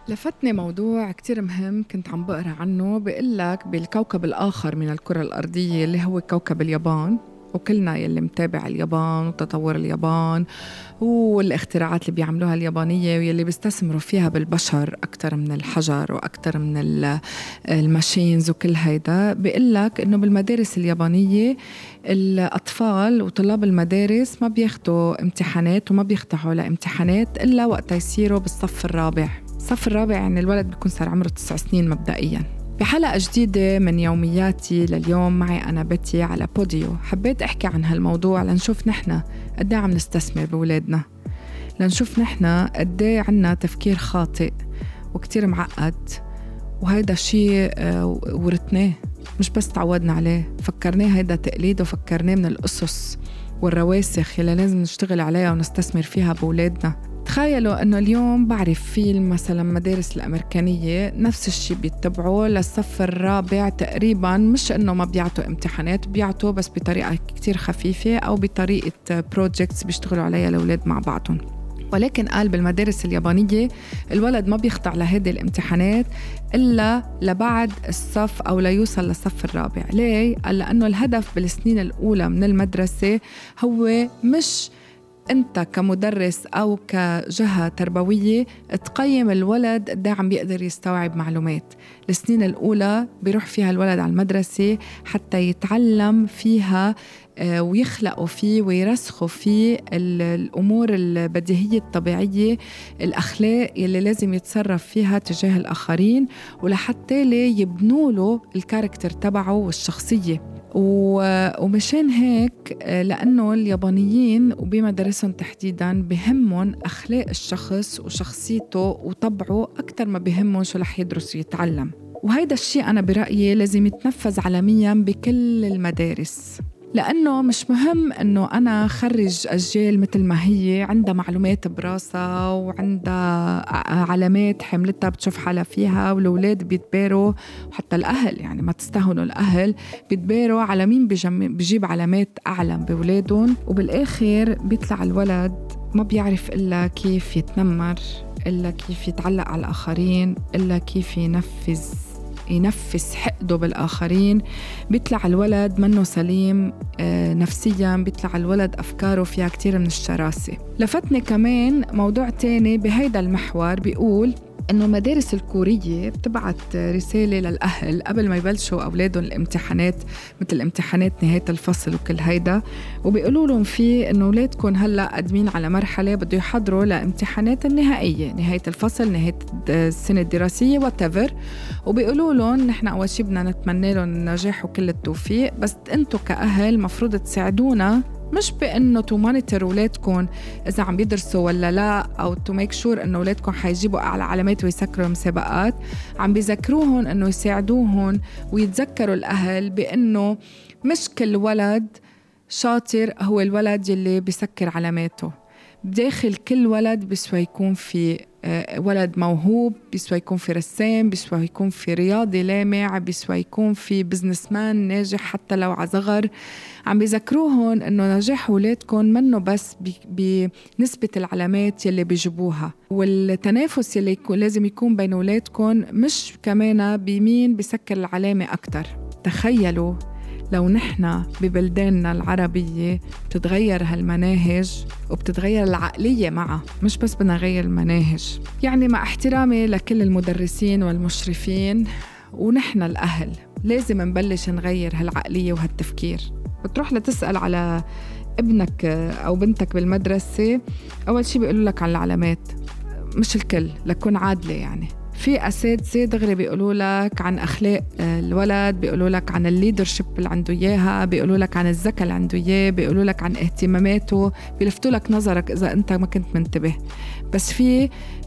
لفتني موضوع كتير مهم كنت عم بقرأ عنه، بيقلك بالكوكب الآخر من الكرة الأرضية اللي هو كوكب اليابان. وكلنا يلي متابع اليابان وتطور اليابان والاختراعات اللي بيعملوها اليابانية واللي بيستثمروا فيها بالبشر أكتر من الحجر وأكتر من الماشينز وكل هيدا. بيقلك إنه بالمدارس اليابانية الأطفال وطلاب المدارس ما بياخدوا امتحانات وما بيخضعوا لامتحانات إلا وقت يصيروا بالصف الرابع. الصف الرابع يعني الولد بيكون صار عمره 9 سنين مبدئياً. بحلقة جديدة من يومياتي لليوم معي أنا بتي على بوديو، حبيت أحكي عن هالموضوع لنشوف نحنا قد عم نستثمر بولادنا، لنشوف نحنا قد عنا تفكير خاطئ وكتير معقد، وهيدا الشيء ورثناه مش بس تعودنا عليه، فكرناه هيدا تقليد وفكرناه من الأسس والرواسخ اللي لازم نشتغل عليها ونستثمر فيها بولادنا. تخيلوا أنه اليوم بعرف في مثلا مدارس الأمريكانية نفس الشيء بيتبعوا للصف الرابع تقريبا، مش أنه ما بيعطوا امتحانات، بيعطوا بس بطريقة كتير خفيفة أو بطريقة بروجيكتس بيشتغلوا عليها الأولاد مع بعضهم. ولكن قال بالمدارس اليابانية الولد ما بيخضع لهذه الامتحانات إلا لبعد الصف أو ليوصل للصف الرابع. ليه؟ قال لأنه الهدف بالسنين الأولى من المدرسة هو مش أنت كمدرس أو كجهة تربوية تقيم الولد قد عم بيقدر يستوعب معلومات. السنين الأولى بيروح فيها الولد على المدرسة حتى يتعلم فيها ويخلقوا فيه ويرسخوا فيه الأمور البديهية الطبيعية، الأخلاق اللي لازم يتصرف فيها تجاه الآخرين، ولحتى يبنوا له الكاركتر تبعه والشخصية. ومشان هيك لأنه اليابانيين وبمدارسهم تحديداً بهمهم أخلاق الشخص وشخصيته وطبعه أكتر ما بهمهم شو رح يدرس ويتعلم. وهيدا الشيء أنا برأيي لازم يتنفذ عالمياً بكل المدارس، لأنه مش مهم أنه أنا خرج أجيال مثل ما هي عندها معلومات براسها وعندها علامات حملتها بتشوف حالها فيها، والأولاد بيتباروا وحتى الأهل يعني ما تستهونوا، الأهل بيتباروا على مين بيجيب علامات أعلى بولادهم، وبالآخر بيطلع الولد ما بيعرف إلا كيف يتنمر، إلا كيف يتعلق على الآخرين، إلا كيف ينفس حقده بالآخرين. بيطلع الولد منه سليم نفسياً، بيطلع الولد أفكاره فيها كتير من الشراسة. لفتني كمان موضوع تاني بهيدا المحور، بيقول إنه المدارس الكورية بتبعت رسالة للأهل قبل ما يبلشوا أولادهم الامتحانات، مثل امتحانات نهاية الفصل وكل هيدا، وبيقولوا لهم فيه إنه أولادكم هلأ قادمين على مرحلة بده يحضروا لامتحانات النهائية، نهاية الفصل، نهاية السنة الدراسية whatever، وبيقولوا لهم نحن أول شي بدنا نتمنى لهم النجاح وكل التوفيق، بس أنتوا كأهل مفروض تساعدونا مش بأنه تو مونيتر أولادكم إذا عم بيدرسوا ولا لا، أو تو ميك شور أنه أولادكم حيجيبوا أعلى علامات ويسكروا المسابقات، عم بيذكروهم أنه يساعدوهم ويتذكروا الأهل بأنه مش كل ولد شاطر هو الولد يلي بيسكر علاماته. بداخل كل ولد بيسوى يكون في ولد موهوب، بيسوى يكون في رسام، بيسوى يكون في رياضي لامع، بيسوى يكون في بزنسمان ناجح حتى لو عصغر. عم بيذكروهم انه نجاح اولادكم منه بس بنسبة العلامات يلي بيجيبوها، والتنافس يلي لازم يكون بين اولادكم مش كمان بمين بيسكر العلامة اكتر. تخيلوا لو نحنا ببلداننا العربية بتتغير هالمناهج وبتتغير العقلية معها، مش بس بدنا نغير المناهج. يعني مع احترامي لكل المدرسين والمشرفين، ونحنا الأهل لازم نبلش نغير هالعقلية وهالتفكير. بتروح لتسأل على ابنك أو بنتك بالمدرسة، أول شي بيقولوا لك عن العلامات، مش الكل لكون عادلة. يعني في أساتذة دغري بيقولوا لك عن أخلاق الولد، بيقولوا لك عن الليدرشيب اللي عنده إياها، بيقولوا لك عن الذكاء اللي عنده إياه، بيقولوا لك عن اهتماماته، بيلفتوا لك نظرك إذا أنت ما كنت منتبه. بس في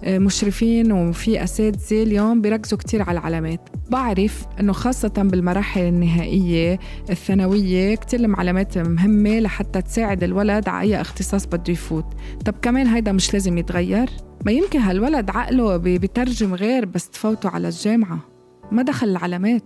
مشرفين وفي أساتذة اليوم بيركزوا كتير على العلامات. بعرف أنه خاصة بالمراحل النهائية الثانوية كتير العلامات مهمة لحتى تساعد الولد على أي اختصاص بده يفوت. طب كمان هيدا مش لازم يتغير؟ ما يمكن هالولد عقله بيترجم غير بس تفوتوا على الجامعة، ما دخل العلامات.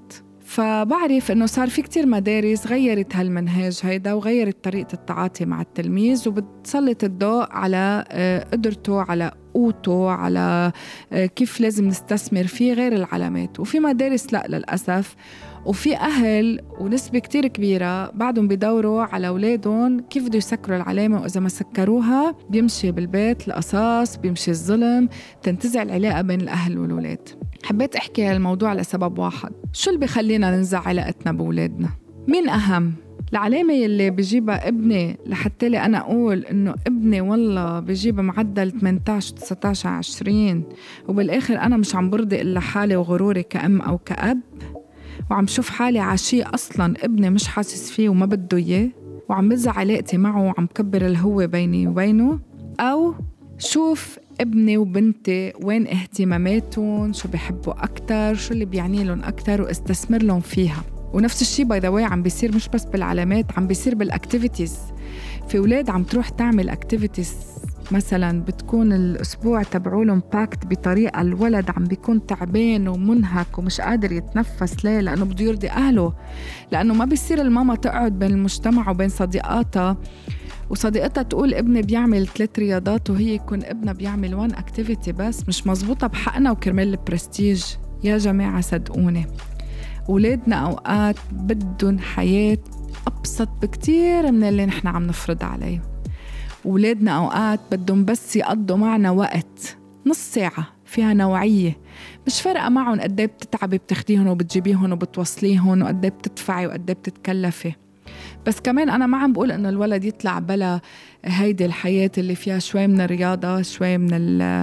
فبعرف إنه صار في كتير مدارس غيرت هالمنهاج هيدا وغيرت طريقة التعاطي مع التلميذ وبتسلط الضوء على قدرته، على قوته، على كيف لازم نستثمر فيه غير العلامات. وفي مدارس لا للأسف، وفي أهل ونسبة كتير كبيرة بعدهم بيدوروا على أولادهم كيف بده يسكروا العلامة، وإذا ما سكروها بيمشي بالبيت القصاص، بيمشي الظلم، تنتزع العلاقة بين الأهل والولاد. حبيت أحكي الموضوع لسبب واحد، شو اللي بيخلينا ننزع علاقتنا بولادنا؟ مين أهم؟ العلامة اللي بيجيبها ابني لحتى لي أنا أقول إنه ابني والله بيجيب معدل 18 19 20 وبالآخر أنا مش عم برضي إلا حالي وغروري كأم أو كأب، وعم شوف حالي عشي أصلاً ابني مش حاسس فيه وما بده إياه، وعم بزع علاقتي معه وعم كبر الهوة بيني وبينه، أو شوف ابني وبنتي وين اهتماماتهم، شو بيحبوا أكتر، شو اللي بيعني لهم أكتر واستثمر لهم فيها. ونفس الشي باي ذا واي عم بيصير مش بس بالعلامات، عم بيصير بالاكتيفيتيز. في ولاد عم تروح تعمل اكتيفيتيز مثلا بتكون الاسبوع تبعولهم باكت بطريقه الولد عم بيكون تعبان ومنهك ومش قادر يتنفس. ليه؟ لانه بده يرضي اهله، لانه ما بيصير الماما تقعد بين المجتمع وبين صديقاتها وصديقتها تقول ابني بيعمل 3 رياضات وهي يكون ابنها بيعمل 1 اكتيفيتي بس. مش مزبوطه بحقنا وكرمال البرستيج. يا جماعه صدقوني ولادنا أوقات بدهم حياة أبسط بكتير من اللي نحن عم نفرض عليه. ولادنا أوقات بدهم بس يقضوا معنا وقت نص ساعة فيها نوعية، مش فارقة معهم قد ايه بتتعبي بتاخديهم وبتجيبيهم وبتوصليهم وقد ايه بتدفعي وقد ايه بتتكلفي. بس كمان أنا ما عم بقول إنه الولد يطلع بلا هيدي الحياة اللي فيها شوي من الرياضة، شوي من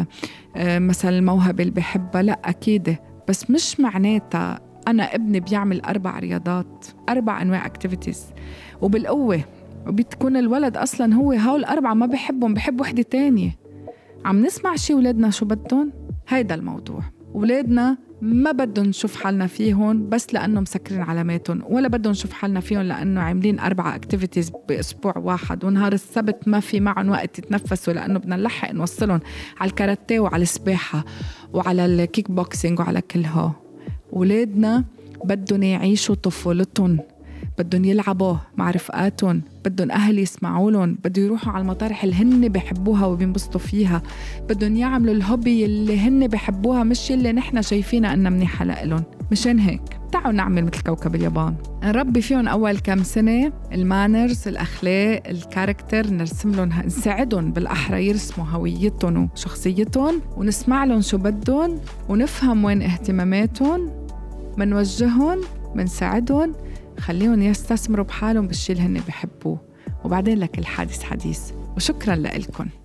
مثلا الموهبة اللي بحبها، لا أكيد، بس مش معناتها أنا ابني بيعمل 4 رياضات 4 أنواع اكتيفيتيز وبالقوة، وبتكون الولد أصلاً هو هول 4 ما بيحبهم، بيحب وحدة تانية. عم نسمع شي ولادنا شو بدهم؟ هيدا الموضوع. ولادنا ما بدهم نشوف حالنا فيهم بس لأنه مسكرين علاماتهم، ولا بدهم نشوف حالنا فيهم لأنه عاملين 4 اكتيفيتيز بأسبوع واحد، ونهار السبت ما في معهم وقت يتنفسوا لأنه بدنا نلحق نوصلهم على الكاراتيه وعلى السباحة وعلى الكيك بوكسينج وعلى كل هو. ولادنا بدهم يعيشوا طفولتهم، بدهم يلعبوا مع رفقاتهم، بدهم أهل يسمعوا لهم، بدهم يروحوا على المطارح اللي هن بيحبوها وبينبسطوا فيها، بدهم يعملوا الهوبي اللي هن بيحبوها مش اللي نحن شايفينها أنها منيحة لهم. مشان هيك تعالوا نعمل مثل كوكب اليابان، نربي فيهم أول كم سنة المانرز، الأخلاق، الكاركتر، نرسم لهم، نساعدهم بالأحرى يرسموا هويتهم وشخصيتهم، ونسمع لهم شو بدهم، ونفهم وين اهتماماتهم، منوجههم، منساعدهم، خليهم يستثمروا بحالهم بالشي اللي هن بيحبوه، وبعدين لك الحادث حديث. وشكراً لكم.